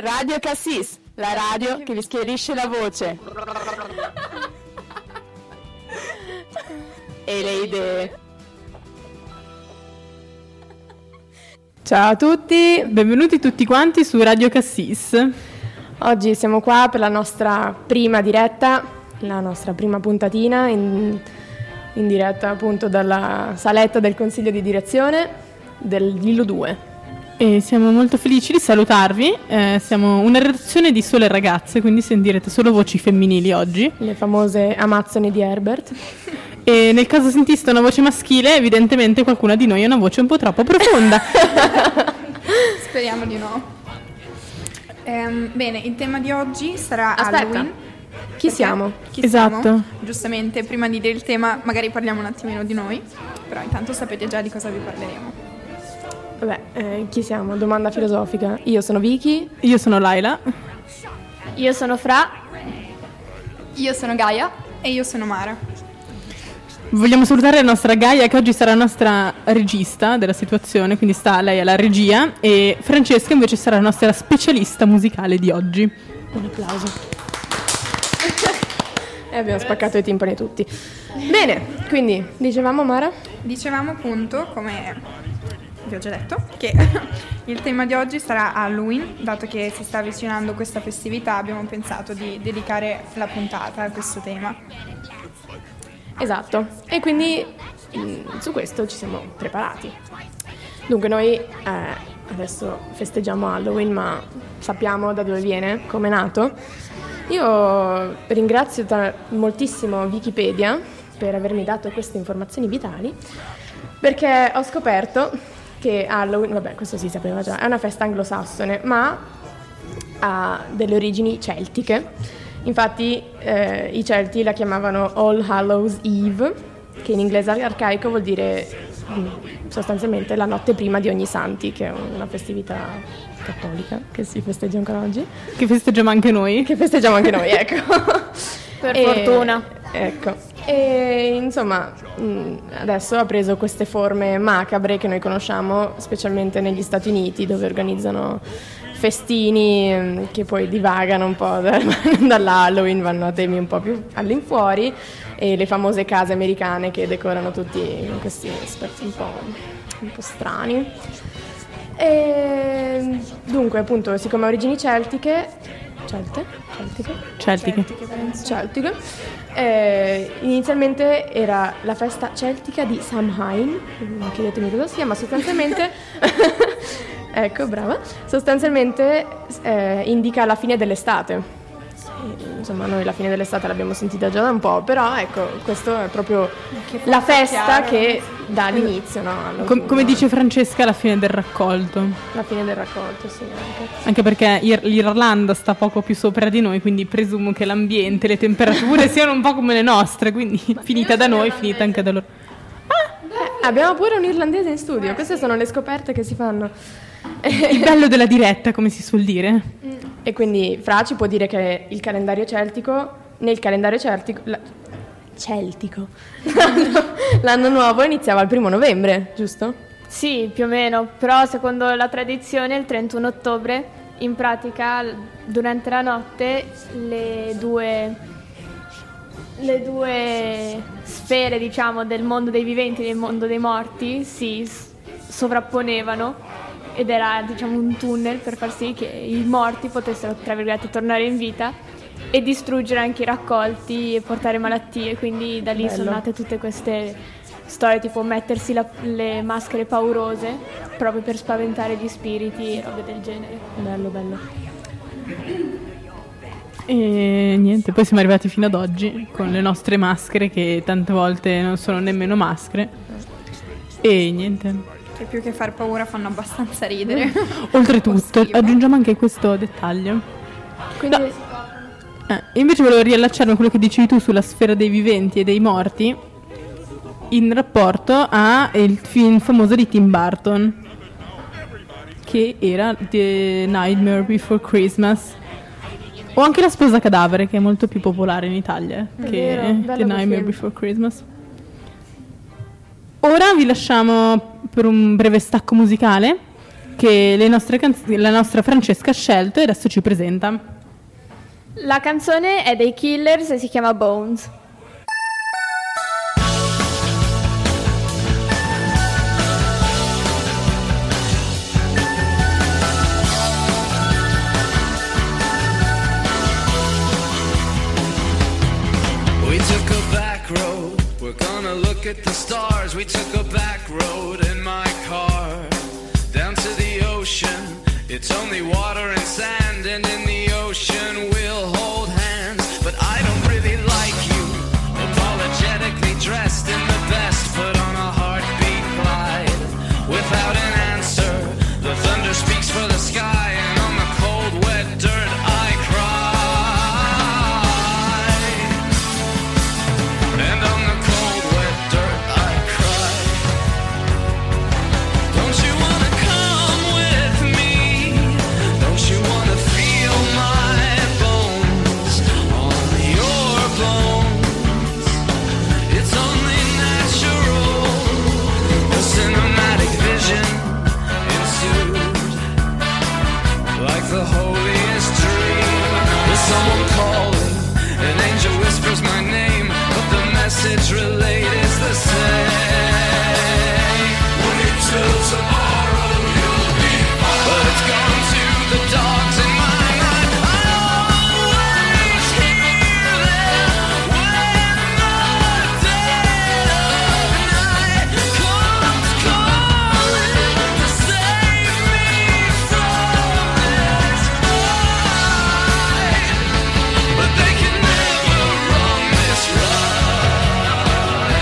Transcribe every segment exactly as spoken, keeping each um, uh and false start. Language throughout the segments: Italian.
Radio Cassis, la radio che vi schiarisce la voce. E le idee. Ciao a tutti, benvenuti tutti quanti su Radio Cassis. Oggi siamo qua per la nostra prima diretta, la nostra prima puntatina in, in diretta appunto dalla saletta del consiglio di direzione del Lillo due. E siamo molto felici di salutarvi, eh, siamo una redazione di sole ragazze, quindi sentirete solo voci femminili oggi. Le famose Amazzoni di Herbert. E nel caso sentiste una voce maschile, evidentemente qualcuna di noi ha una voce un po' troppo profonda. Speriamo di no. Ehm, bene, il tema di oggi sarà Aspetta. Halloween. Chi Perché? siamo? Chi Esatto. siamo? Giustamente, prima di dire il tema, magari parliamo un attimino di noi, però intanto sapete già di cosa vi parleremo. Vabbè, eh, chi siamo? Domanda filosofica. Io sono Vicky. Io sono Laila. Io sono Fra. Io sono Gaia. E io sono Mara. Vogliamo salutare la nostra Gaia, che oggi sarà la nostra regista della situazione, quindi sta lei alla regia, e Francesca invece sarà la nostra specialista musicale di oggi. Un applauso. E abbiamo spaccato i timpani tutti. Bene, quindi dicevamo Mara? Dicevamo appunto, come vi ho già detto, che il tema di oggi sarà Halloween. Dato che si sta avvicinando questa festività, abbiamo pensato di dedicare la puntata a questo tema. Esatto, e quindi mh, su questo ci siamo preparati. Dunque noi eh, adesso festeggiamo Halloween, ma sappiamo da dove viene, come è nato. Io ringrazio ta- moltissimo Wikipedia per avermi dato queste informazioni vitali, perché ho scoperto che Halloween, vabbè questo si sapeva già, è una festa anglosassone, ma ha delle origini celtiche. Infatti eh, i Celti la chiamavano All Hallows Eve, che in inglese arcaico vuol dire mh, sostanzialmente la notte prima di ogni santi, che è una festività cattolica che si festeggia ancora oggi. Che festeggiamo anche noi. Che festeggiamo anche noi, ecco. Per E- fortuna. Ecco. E insomma, mh, adesso ha preso queste forme macabre che noi conosciamo, specialmente negli Stati Uniti, dove organizzano festini mh, che poi divagano un po' da, dall'Halloween, vanno a temi un po' più all'infuori, e le famose case americane che decorano tutti in questi aspetti un po', un po' strani. E dunque, appunto, siccome ha origini celtiche, celte? Celtiche? Celtiche. Celtiche. Eh, inizialmente era la festa celtica di Samhain, non chiedetemi cosa sia, ma sostanzialmente ecco, brava, sostanzialmente eh, indica la fine dell'estate. E, insomma, noi la fine dell'estate l'abbiamo sentita già da un po', però ecco, questo è proprio la festa chiaro. che dà l'inizio, no? all'autunno. Com- come dice Francesca, la fine del raccolto. La fine del raccolto, sì, anche. Anche perché Ir- l'Irlanda sta poco più sopra di noi, quindi presumo che l'ambiente, le temperature siano un po' come le nostre, quindi finita da noi, finita anche da loro. Eh, abbiamo pure un irlandese in studio, queste sono le scoperte che si fanno. Il bello della diretta, come si suol dire. E quindi Fra ci può dire che il calendario celtico, nel calendario celtico, la- celtico, l'anno, l'anno nuovo iniziava il primo novembre, giusto? Sì, più o meno, però secondo la tradizione il trentuno ottobre, in pratica l- durante la notte le due, le due sfere, diciamo, del mondo dei viventi e del mondo dei morti si s- sovrapponevano, ed era, diciamo, un tunnel per far sì che i morti potessero, tra virgolette, tornare in vita e distruggere anche i raccolti e portare malattie. Quindi da lì Bello. sono nate tutte queste storie, tipo mettersi la- le maschere paurose proprio per spaventare gli spiriti e robe del genere. Bello, bello. E niente, poi siamo arrivati fino ad oggi con le nostre maschere, che tante volte non sono nemmeno maschere. E niente. Che più che far paura fanno abbastanza ridere. Oltretutto, Schifo. aggiungiamo anche questo dettaglio. Quindi No. Eh, invece volevo riallacciarmi a quello che dicevi tu sulla sfera dei viventi e dei morti, in rapporto a il film famoso di Tim Burton, che era The Nightmare Before Christmas, o anche La sposa cadavere, che è molto più popolare in Italia È che vero, bello The quel Nightmare film. Before Christmas. Ora vi lasciamo per un breve stacco musicale, che le nostre canz- la nostra Francesca ha scelto e adesso ci presenta. La canzone è dei Killers e si chiama Bones. We took a back road, we're gonna look at the stars. We took a back road in my car, down to the ocean. It's only water and sand, and in the ocean we'll hold hands. But I don't really like you, apologetically dressed in the best, put on a heartbeat glide, without an answer. The thunder speaks for the sky, and on the cold wet dirt I cry. And on the cold wet dirt I cry. Don't you wanna come with me? Don't you wanna feel my bones on your bones? It's only natural, a cinematic vision ensued, like the holiest dream. There's someone calling, an angel whispers my name, but the message relayed is the same. Wait till tomorrow, you'll be fine. But it's gone to the dogs in my mind. I always hear them when the dead of night comes calling to save me from this fight. But they can never wrong this right.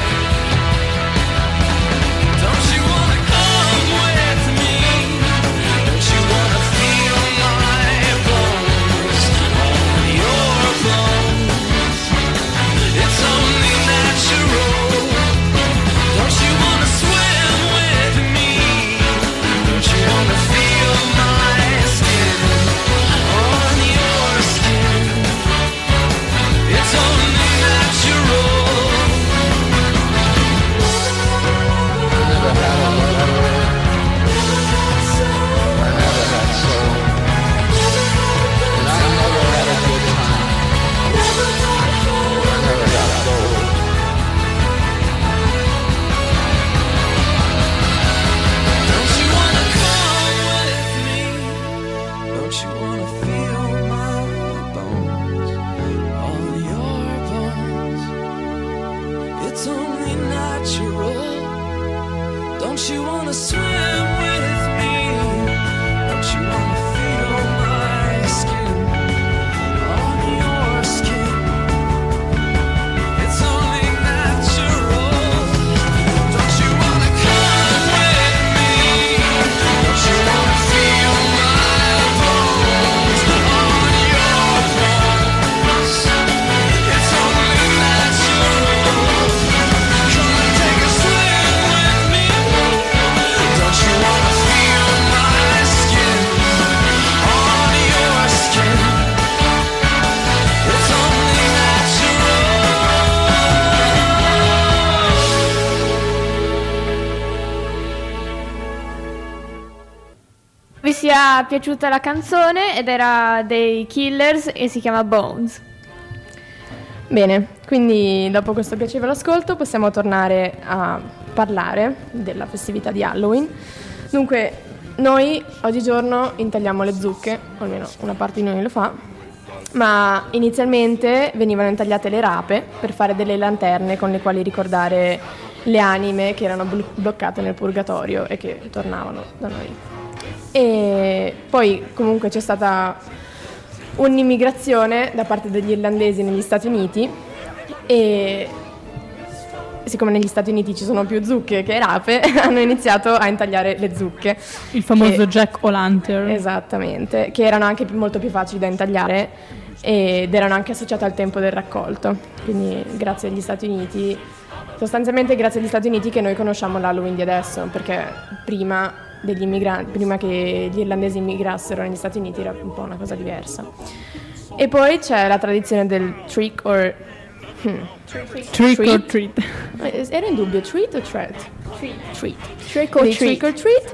Don't you wanna come with me? Don't you wanna feel my bones on your bones? It's only natural. Don't you wanna swim with me? Don't you wanna feel my skin on your skin? It's only natural. Don't you wanna come with me? Don't you wanna feel my bones on your bones? It's only natural. Don't you wanna swim with me? Don't you wanna feel my skin on your skin? It's only natural. Don't you wanna come with me? Don't you wanna feel my bones on your bones? It's only natural. Come and take a swim with me. Don't you wanna feel my skin on your skin? It's only natural. Vi sia piaciuta la canzone ed era dei Killers e si chiama Bones. Bene, quindi dopo questo piacevole ascolto possiamo tornare a parlare della festività di Halloween. Dunque, noi oggigiorno intagliamo le zucche, o almeno una parte di noi lo fa, ma inizialmente venivano intagliate le rape per fare delle lanterne con le quali ricordare le anime che erano blo- bloccate nel purgatorio e che tornavano da noi. E poi comunque c'è stata un'immigrazione da parte degli irlandesi negli Stati Uniti e siccome negli Stati Uniti ci sono più zucche che rape, hanno iniziato a intagliare le zucche. Il famoso che, Jack O'Lantern. Esattamente, che erano anche più, molto più facili da intagliare ed erano anche associate al tempo del raccolto. Quindi grazie agli Stati Uniti, sostanzialmente grazie agli Stati Uniti che noi conosciamo l'Halloween di adesso, perché prima degli immigranti, prima che gli irlandesi immigrassero negli Stati Uniti era un po' una cosa diversa. E poi c'è la tradizione del trick or hmm. Trick treat. or treat. Ero in dubbio, treat o treat? Treat. Treat. Trick or Quindi treat. trick or treat.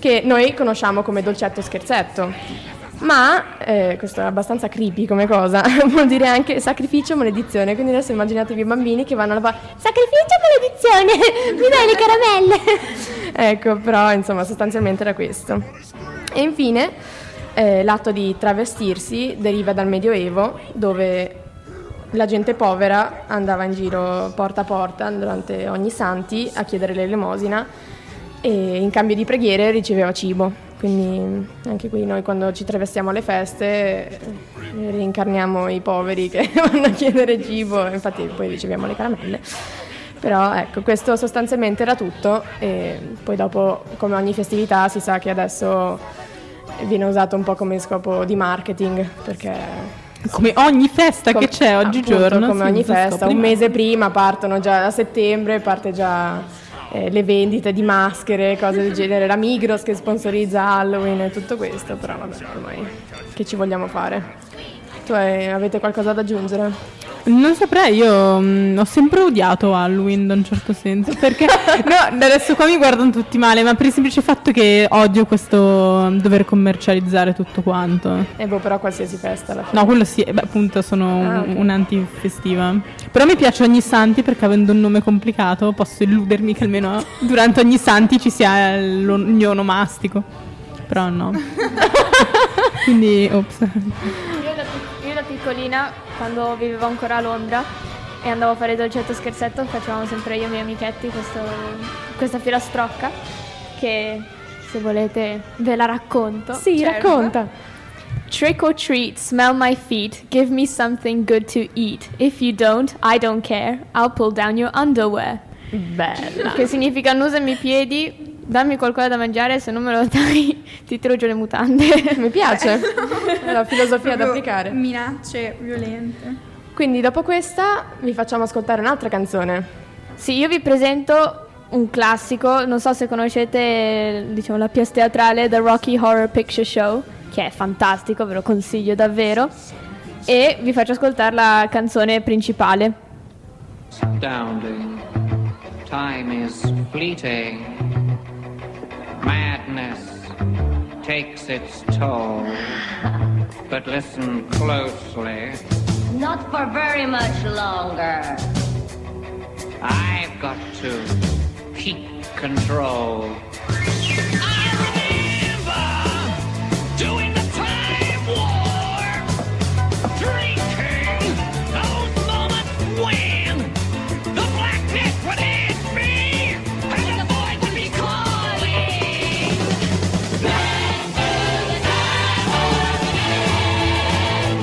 che noi conosciamo come dolcetto scherzetto. Ma, eh, questo è abbastanza creepy come cosa, vuol dire anche sacrificio, maledizione, quindi adesso immaginatevi i bambini che vanno alla pa- sacrificio, maledizione, mi dai le caramelle? Ecco, però insomma sostanzialmente era questo. E infine eh, l'atto di travestirsi deriva dal Medioevo, dove la gente povera andava in giro porta a porta durante ogni santi a chiedere l'elemosina e in cambio di preghiere riceveva cibo. Quindi anche qui noi quando ci travestiamo alle feste reincarniamo i poveri che vanno a chiedere cibo, infatti poi riceviamo le caramelle. Però ecco, questo sostanzialmente era tutto e poi dopo, come ogni festività, si sa che adesso viene usato un po' come scopo di marketing, perché come ogni festa come, che c'è oggigiorno, come ogni festa, un mese prima partono già a settembre, parte già eh, le vendite di maschere, cose del genere, la Migros che sponsorizza Halloween e tutto questo, però vabbè, ormai che ci vogliamo fare? Tu hai, avete qualcosa da aggiungere? Non saprei, io mh, ho sempre odiato Halloween da un certo senso, perché no, adesso qua mi guardano tutti male, ma per il semplice fatto che odio questo dover commercializzare tutto quanto. E boh, però qualsiasi festa alla fine. No, quello sì, beh, appunto sono Ah, un, okay. un'antifestiva. Però mi piace Ogni Santi perché avendo un nome complicato posso illudermi che almeno durante Ogni Santi ci sia il mio onomastico. Però no. Quindi, ops. Io da, io da piccolina, quando vivevo ancora a Londra e andavo a fare dolcetto scherzetto, facevamo sempre io e i miei amichetti questo, questa filastrocca che, se volete, ve la racconto. Sì, Certo. racconta. Trick or treat, smell my feet, give me something good to eat. If you don't, I don't care, I'll pull down your underwear. Bella. Che significa annusami i piedi, dammi qualcosa da mangiare, se non me lo dai ti tiro giù le mutande. Mi piace, è la filosofia da Proprio applicare. Minacce violente. Quindi dopo questa vi facciamo ascoltare un'altra canzone. Sì, io vi presento un classico, non so se conoscete, diciamo, la pièce teatrale The Rocky Horror Picture Show, che è fantastico, ve lo consiglio davvero, e vi faccio ascoltare la canzone principale. Astounding. Time is fleeting. Madness takes its toll. But listen closely. Not for very much longer. I've got to keep control. I remember doing the time war, drinking those moments when the blackness would hit me and the void would be calling. Let's do the time war again.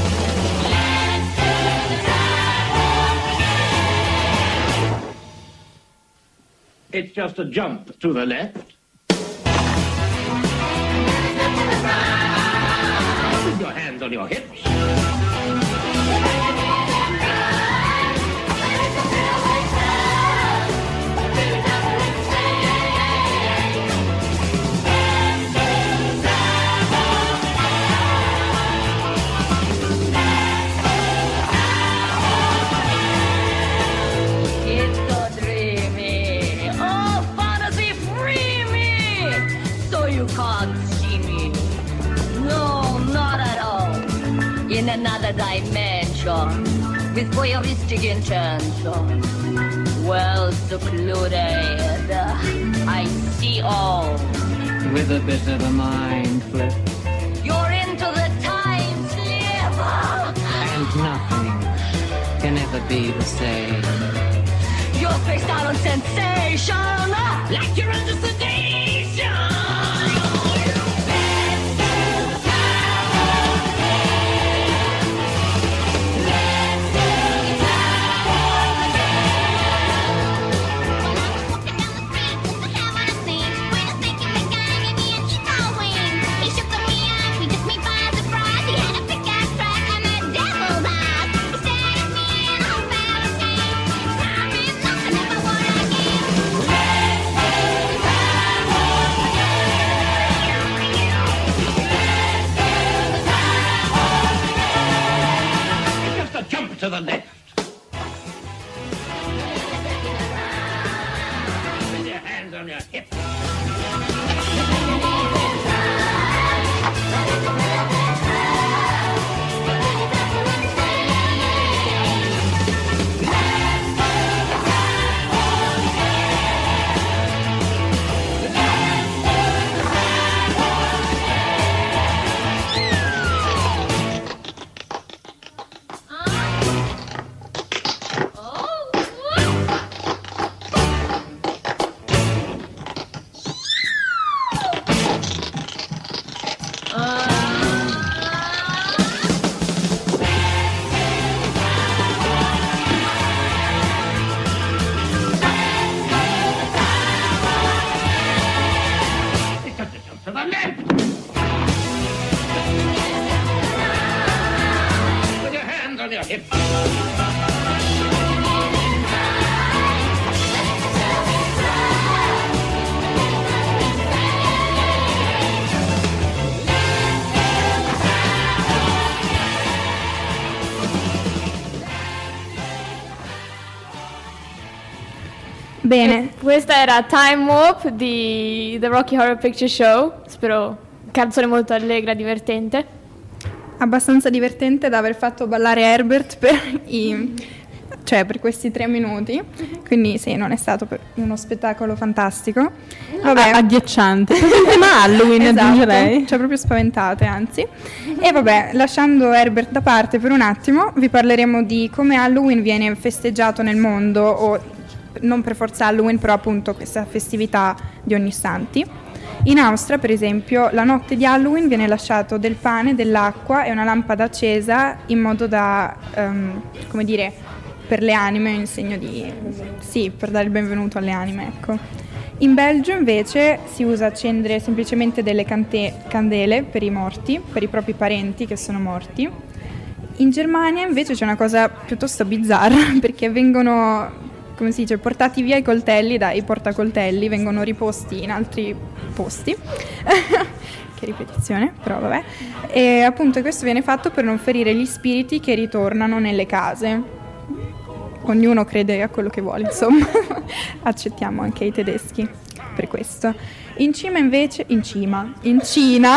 Let's do the time war again. It's just a jump to the left. With your hands on your hips. It's so dreamy. Oh, fantasy free me. So you can't see me. No, not at all. In another dimension. With voyeuristic intention. Well secluded. I see all. With a bit of a mind flip. You're into the time slip. And nothing can ever be the same. You're fixed out on sensation. Like you're under sedation. Just a jump to the left. With your hands on your hips. your hips. Bene. E questa era Time Warp di The Rocky Horror Picture Show. Spero canzone molto allegra, divertente. Abbastanza divertente da aver fatto ballare Herbert per i, cioè per questi tre minuti. Quindi sì, non è stato per uno spettacolo fantastico. Vabbè, ah, agghiacciante. Ma Halloween, esatto, aggiungerei. Cioè proprio spaventate, anzi. E vabbè, lasciando Herbert da parte per un attimo, vi parleremo di come Halloween viene festeggiato nel mondo, o non per forza Halloween, però appunto questa festività di ognissanti. In Austria, per esempio, la notte di Halloween viene lasciato del pane, dell'acqua e una lampada accesa in modo da, um, come dire, per le anime, in segno di... sì, per dare il benvenuto alle anime, ecco. In Belgio invece si usa accendere semplicemente delle cante- candele per i morti, per i propri parenti che sono morti. In Germania invece c'è una cosa piuttosto bizzarra, perché vengono... come si dice, portati via i coltelli dai portacoltelli, vengono riposti in altri posti. Che ripetizione, però vabbè. E appunto questo viene fatto per non ferire gli spiriti che ritornano nelle case. Ognuno crede a quello che vuole, insomma. Accettiamo anche i tedeschi per questo. In cima invece, in cima, in Cina...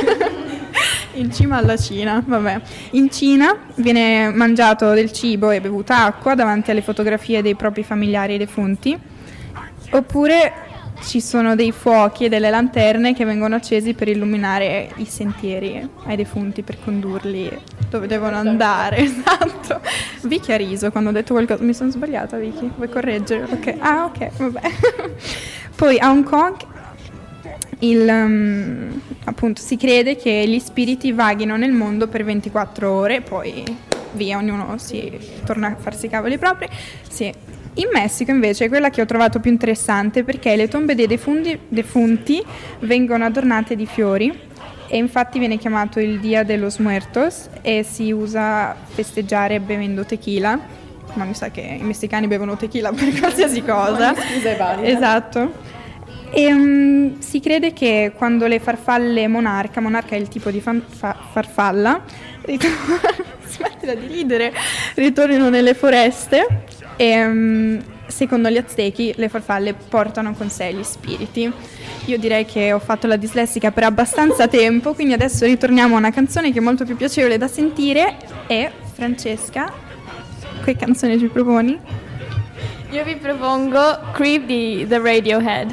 in cima alla Cina, vabbè. In Cina viene mangiato del cibo e bevuta acqua davanti alle fotografie dei propri familiari defunti, oppure ci sono dei fuochi e delle lanterne che vengono accesi per illuminare i sentieri ai defunti, per condurli dove devono andare. Esatto. Vicky ha riso quando ho detto qualcosa. Mi sono sbagliata, Vicky? Vuoi correggere? Ok. Ah, ok, vabbè. Poi a Hong Kong Il, um, appunto si crede che gli spiriti vaghino nel mondo per ventiquattro ore, poi via, ognuno si torna a farsi i cavoli propri. Sì. In Messico invece è quella che ho trovato più interessante, perché le tombe dei defunti, defunti vengono adornate di fiori, e infatti viene chiamato il Dia de los Muertos e si usa festeggiare bevendo tequila, ma mi sa che i messicani bevono tequila per qualsiasi cosa. Scusa, è valida. Esatto. E um, si crede che quando le farfalle monarca, monarca è il tipo di fan, fa, farfalla, ritor- smettila di ridere, ritornino nelle foreste, e um, secondo gli aztechi le farfalle portano con sé gli spiriti. Io direi che ho fatto la dislessica per abbastanza tempo, quindi adesso ritorniamo a una canzone che è molto più piacevole da sentire. E Francesca, che canzone ci proponi? Io vi propongo Creep di The Radiohead.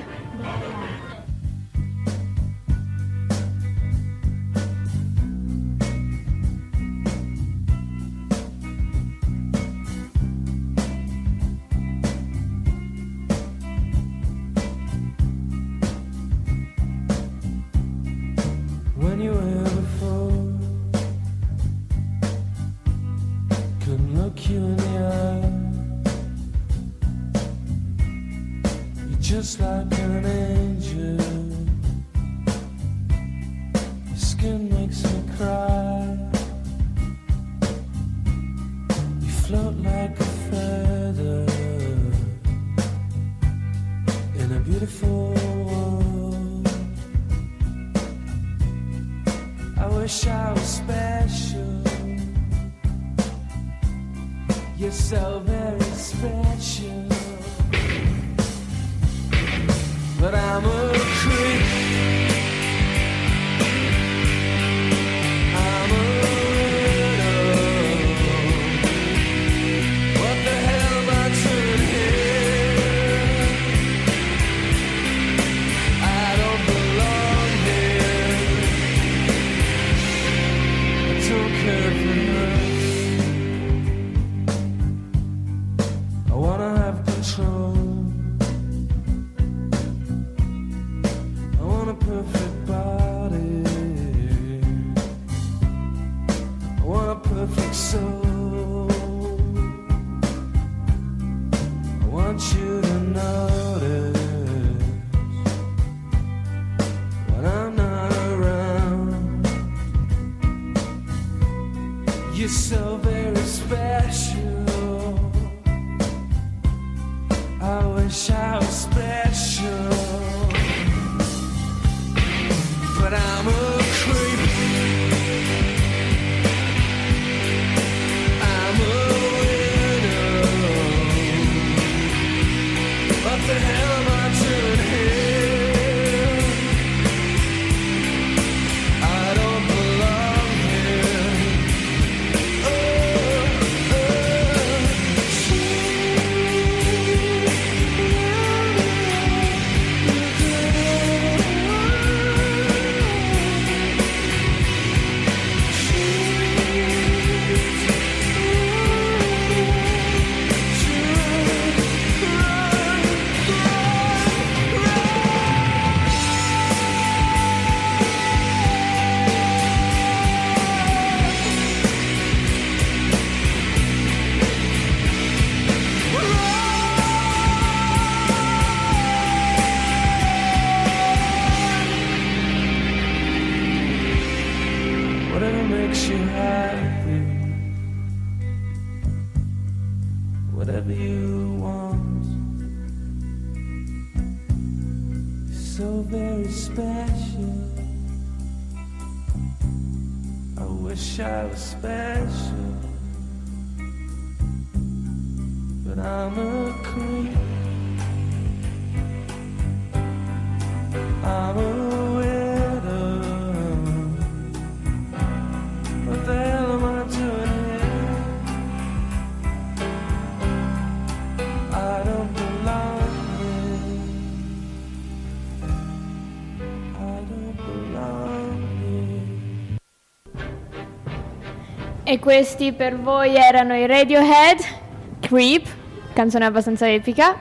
Just like an angel, your skin makes me cry. You float like a feather in a beautiful world. I wish I was special. You're so very special. But I'm a creep. I'm a widow. What the hell am I doing here? I don't belong here. I don't care for much. I wanna have control. Perfect body, I want a perfect soul. I want you to notice when I'm not around. You're so very special. I wish I was special, but I'm a creep. I'm a widow. What the hell am I doing here? I don't belong here. Oh, oh. Whatever makes you happy, whatever you want, so very special. I wish I was special, but I'm a creep. I'm a widow. What the hell am I doing here? I don't belong here. I don't belong here. E questi per voi erano i Radiohead, Creep, canzone abbastanza epica.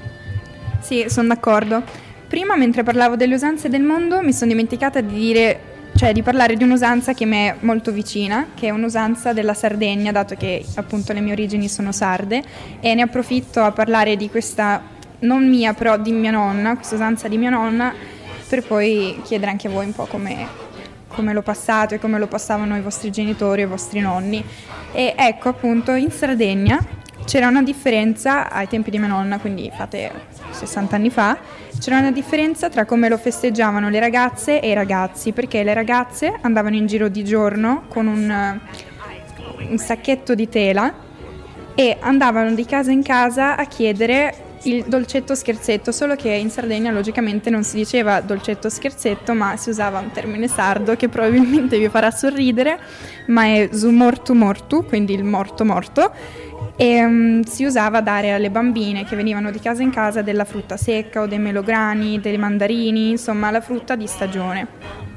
Sì, sono d'accordo. Prima, mentre parlavo delle usanze del mondo, mi sono dimenticata di dire, cioè di parlare di un'usanza che mi è molto vicina, che è un'usanza della Sardegna, dato che appunto le mie origini sono sarde, e ne approfitto a parlare di questa, non mia, però di mia nonna, questa usanza di mia nonna, per poi chiedere anche a voi un po' come, come l'ho passato e come lo passavano i vostri genitori e i vostri nonni. E ecco, appunto, in Sardegna c'era una differenza ai tempi di mia nonna, quindi fate sessanta anni fa, c'era una differenza tra come lo festeggiavano le ragazze e i ragazzi, perché le ragazze andavano in giro di giorno con un, un sacchetto di tela e andavano di casa in casa a chiedere il dolcetto scherzetto, solo che in Sardegna logicamente non si diceva dolcetto scherzetto, ma si usava un termine sardo che probabilmente vi farà sorridere, ma è zumortu mortu, quindi il morto morto. E um, si usava dare alle bambine che venivano di casa in casa della frutta secca o dei melograni, dei mandarini, insomma la frutta di stagione.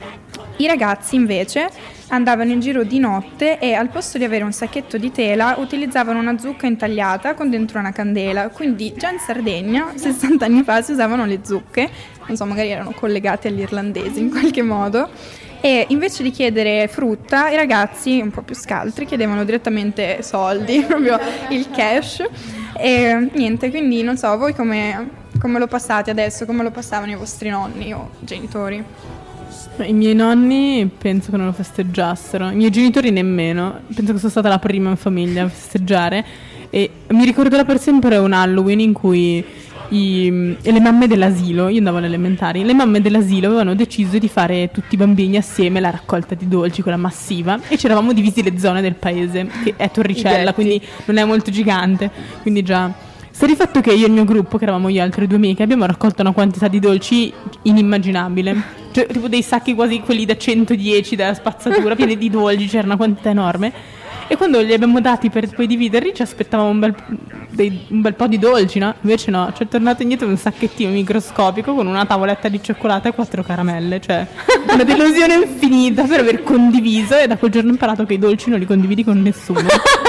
I ragazzi invece andavano in giro di notte e al posto di avere un sacchetto di tela utilizzavano una zucca intagliata con dentro una candela, quindi già in Sardegna sessanta anni fa si usavano le zucche, non so, magari erano collegate agli irlandesi in qualche modo. E invece di chiedere frutta, i ragazzi un po' più scaltri chiedevano direttamente soldi, proprio il cash. E niente, quindi non so, voi come, come lo passate adesso, come lo passavano i vostri nonni o genitori? I miei nonni penso che non lo festeggiassero, i miei genitori nemmeno, penso che sono stata la prima in famiglia a festeggiare. E mi ricorderò per sempre un Halloween in cui I, e le mamme dell'asilo, io andavo alle elementari, le mamme dell'asilo avevano deciso di fare tutti i bambini assieme la raccolta di dolci, quella massiva, e ci eravamo divisi le zone del paese, che è Torricella, quindi non è molto gigante, quindi già sta di fatto che io e il mio gruppo, che eravamo io e altre due amiche, abbiamo raccolto una quantità di dolci inimmaginabile, cioè tipo dei sacchi quasi quelli da centodieci della spazzatura, pieni di dolci, c'era una quantità enorme. E quando li abbiamo dati per poi dividerli ci aspettavamo un bel, dei, un bel po' di dolci, no? Invece no, ci è tornato indietro un sacchettino microscopico con una tavoletta di cioccolata e quattro caramelle. Cioè una delusione infinita per aver condiviso, e da quel giorno ho imparato che i dolci non li condividi con nessuno.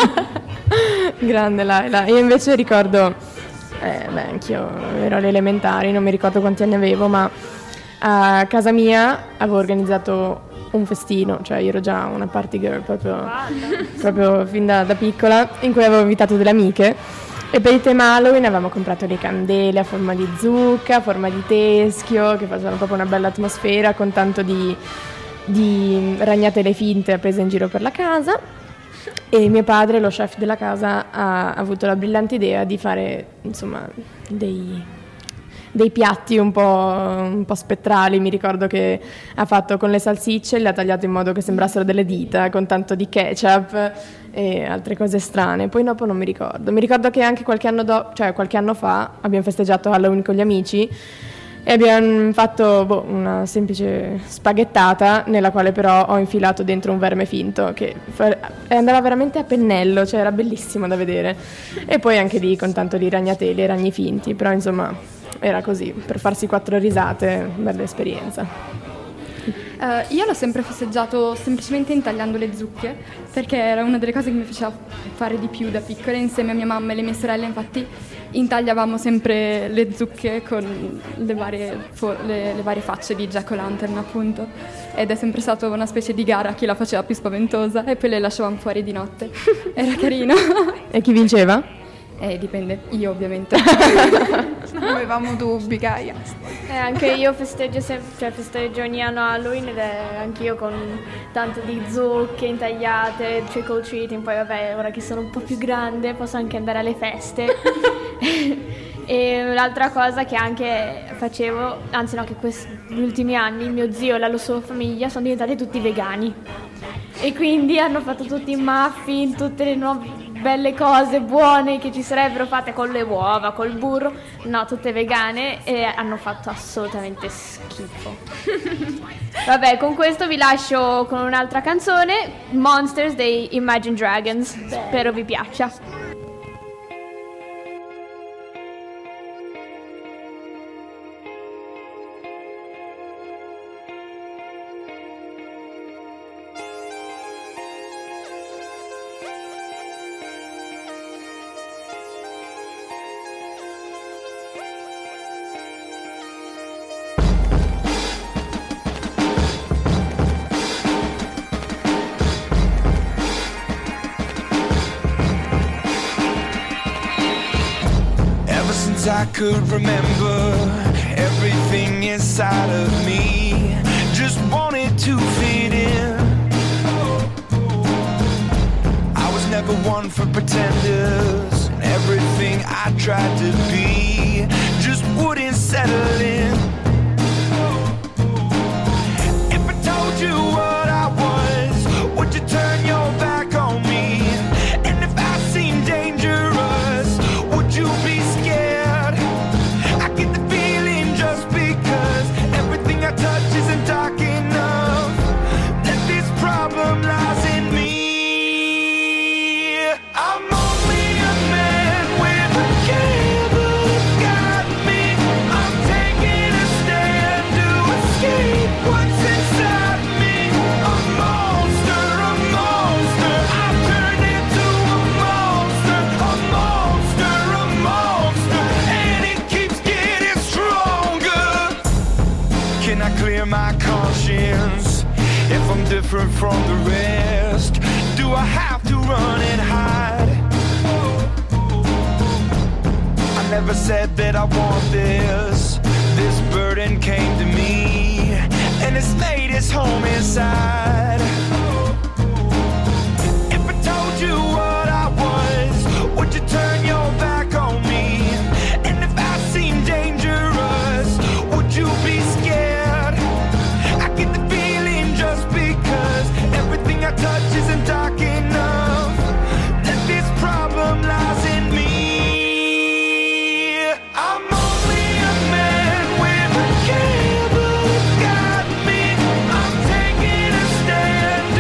Grande Laila. Io invece ricordo, eh, beh, anch'io ero alle elementari, non mi ricordo quanti anni avevo, ma a casa mia avevo organizzato un festino, cioè io ero già una party girl proprio, proprio fin da, da piccola, in cui avevo invitato delle amiche, e per il tema Halloween avevamo comprato le candele a forma di zucca, a forma di teschio, che facevano proprio una bella atmosfera, con tanto di, di ragnatele finte prese in giro per la casa. e mio padre, lo chef della casa, ha avuto la brillante idea di fare insomma dei, dei piatti un po', un po' spettrali. Mi ricordo che ha fatto con le salsicce, le ha tagliate in modo che sembrassero delle dita, con tanto di ketchup e altre cose strane. Poi dopo non mi ricordo. Mi ricordo che anche qualche anno, do- cioè qualche anno fa abbiamo festeggiato Halloween con gli amici e abbiamo fatto boh, una semplice spaghettata nella quale però ho infilato dentro un verme finto che fa- andava veramente a pennello, cioè era bellissimo da vedere. E poi anche lì con tanto di ragnateli e ragni finti, però insomma era così, per farsi quattro risate, bella esperienza. Uh, io l'ho sempre festeggiato semplicemente intagliando le zucche, perché era una delle cose che mi faceva fare di più da piccola. Insieme a mia mamma e le mie sorelle infatti intagliavamo sempre le zucche con le varie, fo- le, le varie facce di Jack-o'-lantern, appunto, ed è sempre stata una specie di gara chi la faceva più spaventosa e poi le lasciavamo fuori di notte. Era carino. E chi vinceva? Eh, dipende, io ovviamente. Non avevamo dubbi, Gaia. Eh, anche io festeggio sempre, cioè festeggio ogni anno Halloween ed è anch'io con tanto di zucche intagliate, trick or treating. Poi vabbè, ora che sono un po' più grande posso anche andare alle feste. E l'altra cosa che anche facevo, anzi no, che questi gli ultimi anni mio zio e la sua famiglia sono diventati tutti vegani e quindi hanno fatto tutti i muffin, tutte le nuove belle cose buone che ci sarebbero fatte con le uova, col burro, no, tutte vegane, e hanno fatto assolutamente schifo. Vabbè, con questo vi lascio con un'altra canzone, Monsters dei Imagine Dragons. Spero vi piaccia. I could remember everything inside of me just wanted to fit in. I was never one for pretenders, and everything I tried to be just wouldn't settle in. If I told you what I was, would you turn your back on me? And if I seemed dangerous, would you be scared? Touch isn't dark enough, that this problem lies in me. I'm only a man with a cable got me. I'm taking a stand to escape what's inside me. A monster, a monster, I've turned into a monster. A monster, a monster, and it keeps getting stronger. Can I clear my conscience if I'm different from the rest? Do I have to run and hide? I never said that I want this. This burden came to me, and it's made its home inside. If I told you what I was, would you turn your back on me? And if I seem dangerous, would you be scared? I get the feeling just because everything I touch isn't dark enough, that this problem lies in me. I'm only a man with a cable got me. I'm taking a stand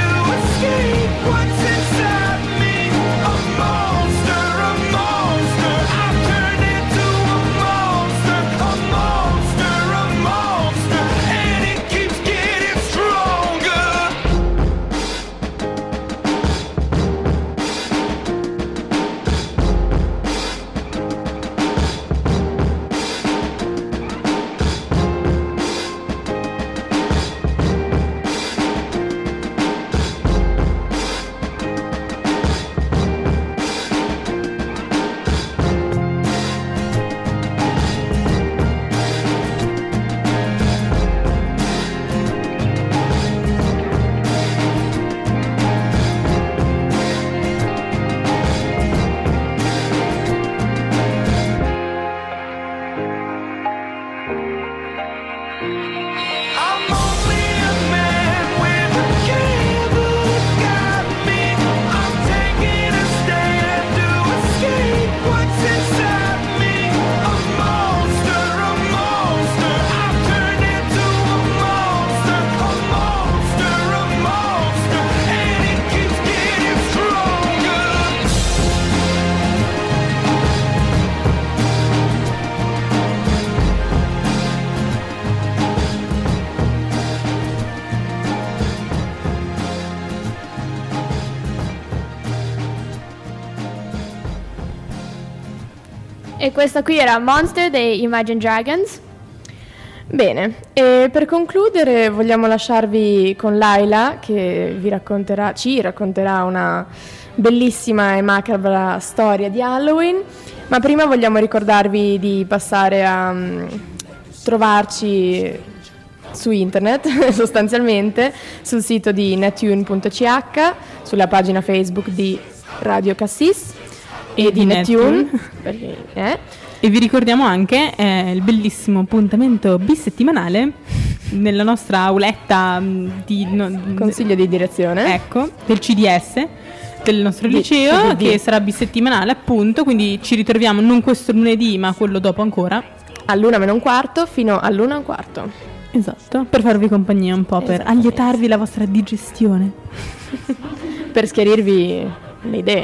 E questa qui era Monster dei Imagine Dragons. Bene, e per concludere vogliamo lasciarvi con Laila che vi racconterà, ci racconterà una bellissima e macabra storia di Halloween, ma prima vogliamo ricordarvi di passare a um, trovarci su internet sostanzialmente sul sito di nettune punto c h, sulla pagina Facebook di Radio Cassis e, e di, di Nettune, perché, eh. E vi ricordiamo anche eh, il bellissimo appuntamento bisettimanale nella nostra auletta di no, consiglio di direzione, ecco, del C D S del nostro di, liceo, di, che sarà bisettimanale appunto, quindi ci ritroviamo non questo lunedì ma quello dopo ancora all'una meno un quarto fino all'una e un quarto. Esatto, per farvi compagnia un po', per allietarvi la vostra digestione, per schiarirvi le idee.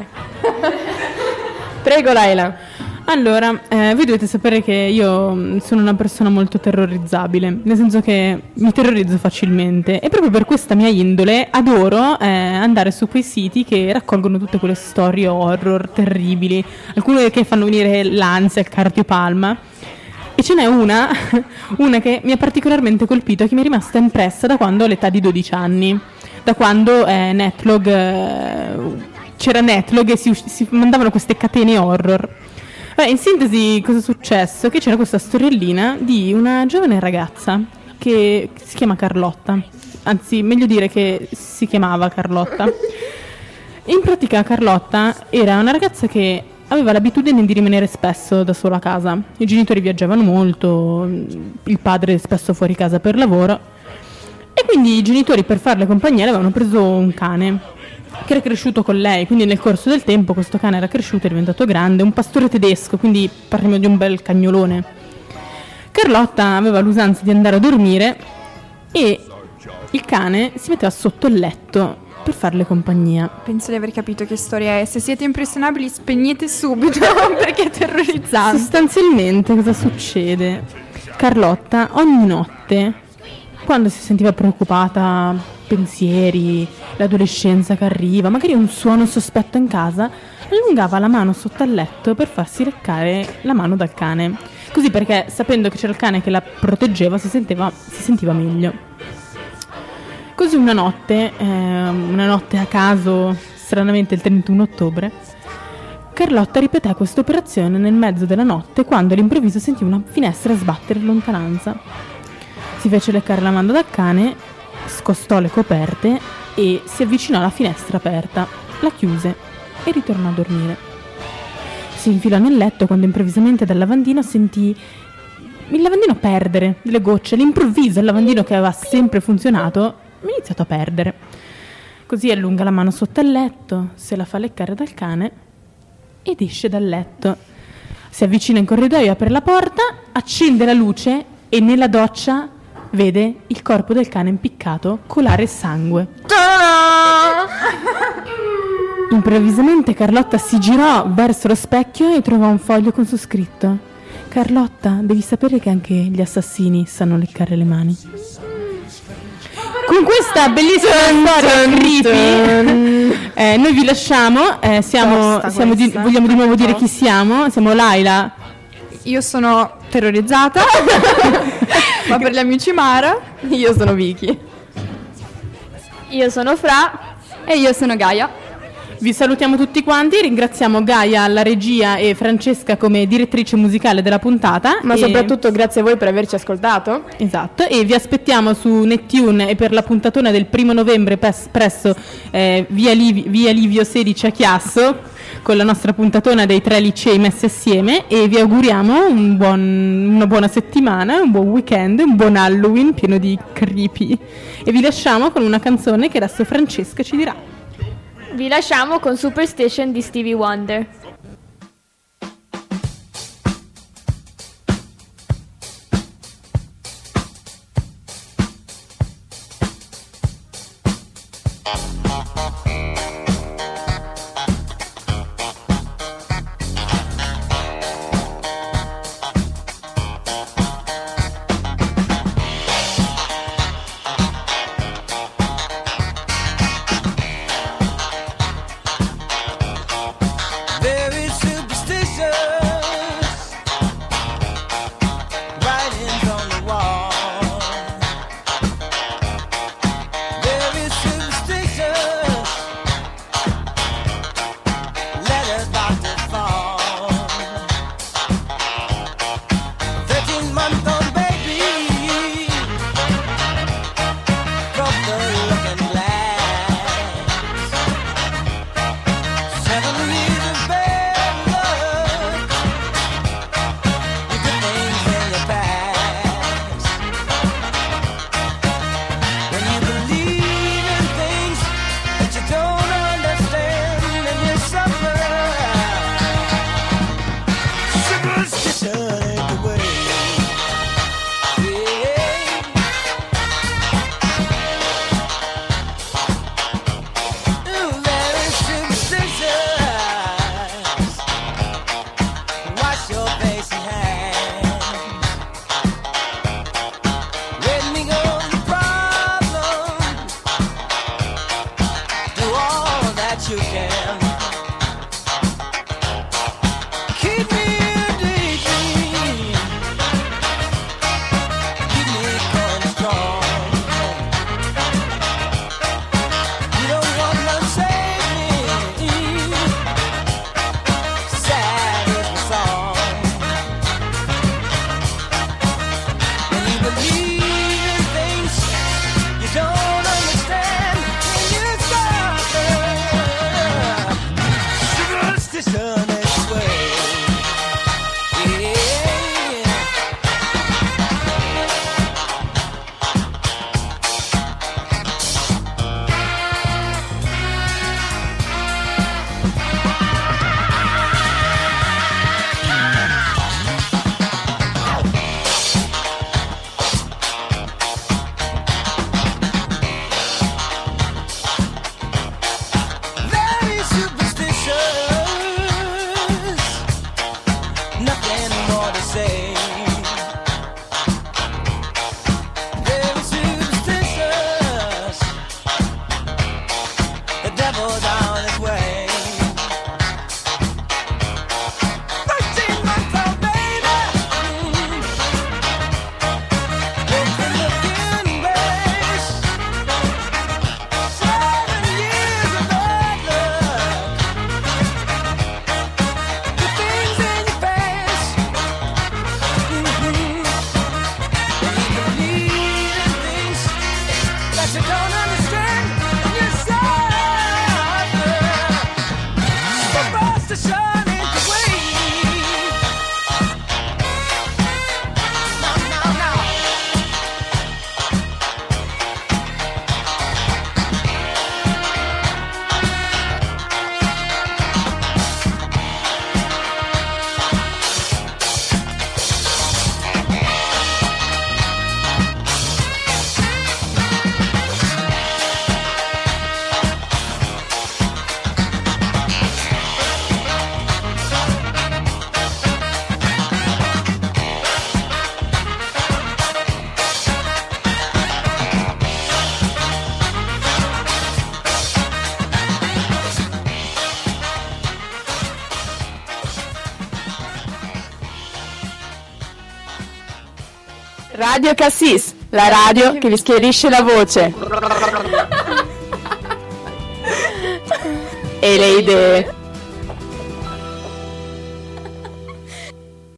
Prego Laila. Allora, eh, voi dovete sapere che io sono una persona molto terrorizzabile, nel senso che mi terrorizzo facilmente e proprio per questa mia indole adoro eh, andare su quei siti che raccolgono tutte quelle storie horror terribili, alcune che fanno venire l'ansia, il cardiopalma. E ce n'è una, una che mi ha particolarmente colpito e che mi è rimasta impressa da quando ho l'età di dodici anni, da quando eh, Netlog, eh, c'era Netlog e si, si mandavano queste catene horror. Beh, in sintesi cosa è successo? Che c'era questa storiellina di una giovane ragazza che si chiama Carlotta, anzi meglio dire che si chiamava Carlotta. In pratica Carlotta era una ragazza che aveva l'abitudine di rimanere spesso da sola a casa. I genitori viaggiavano molto, il padre spesso fuori casa per lavoro e quindi i genitori per farle compagnia le avevano preso un cane che era cresciuto con lei, quindi nel corso del tempo questo cane era cresciuto, è diventato grande, un pastore tedesco, quindi parliamo di un bel cagnolone. Carlotta aveva l'usanza di andare a dormire e il cane si metteva sotto il letto per farle compagnia. Penso di aver capito che storia è. Se siete impressionabili spegnete subito perché è terrorizzante. Sostanzialmente cosa succede? Carlotta ogni notte, quando si sentiva preoccupata, pensieri, l'adolescenza che arriva, magari un suono sospetto in casa, allungava la mano sotto al letto per farsi leccare la mano dal cane. Così, perché sapendo che c'era il cane che la proteggeva si sentiva, si sentiva meglio. Così una notte, eh, una notte a caso, stranamente il trentuno ottobre, Carlotta ripeté questa operazione nel mezzo della notte quando all'improvviso sentì una finestra sbattere in lontananza. Si fece leccare la mano dal cane, scostò le coperte e si avvicinò alla finestra aperta, la chiuse e ritornò a dormire. Si infilò nel letto quando improvvisamente dal lavandino sentì il lavandino perdere delle gocce. All'improvviso il lavandino che aveva sempre funzionato ha iniziato a perdere. Così allunga la mano sotto al letto, se la fa leccare dal cane ed esce dal letto. Si avvicina in corridoio, apre la porta, accende la luce e nella doccia vede il corpo del cane impiccato colare sangue. Improvvisamente Carlotta si girò verso lo specchio e trovò un foglio con su scritto: Carlotta, devi sapere che anche gli assassini sanno leccare le mani. Con questa bellissima storia creepy eh, noi vi lasciamo, eh, siamo, siamo di, vogliamo di nuovo dire chi siamo. Siamo Laila. Io sono terrorizzata, ma per gli amici Mara. Io sono Vicky. Io sono Fra. E io sono Gaia. Vi salutiamo tutti quanti, ringraziamo Gaia alla regia e Francesca come direttrice musicale della puntata. Ma e... soprattutto grazie a voi per averci ascoltato. Esatto, e vi aspettiamo su Nettune e per la puntatona del primo novembre pes- presso eh, via, Liv- via Livio sedici a Chiasso, con la nostra puntatona dei tre licei messi assieme, e vi auguriamo un buon, una buona settimana, un buon weekend, un buon Halloween pieno di creepy. E vi lasciamo con una canzone che adesso Francesca ci dirà. Vi lasciamo con Superstition di Stevie Wonder. There you can keep me in a daydream, keep me going strong. You don't wanna save me, sad is the song. And you believe in things you don't understand, and you suffer superstition its way. Yeah. Very superstitious, nothing more to say. Very superstitious, the devil's on his way. Thirteen months old baby, lives in the gun base. Seven years of bad luck, the things in your face. Mm-hmm. And you believe in things that you don't understand, and you suffer superstition is the way. No, no, no. Radio Cassis, la radio che vi schiarisce la voce. E le idee.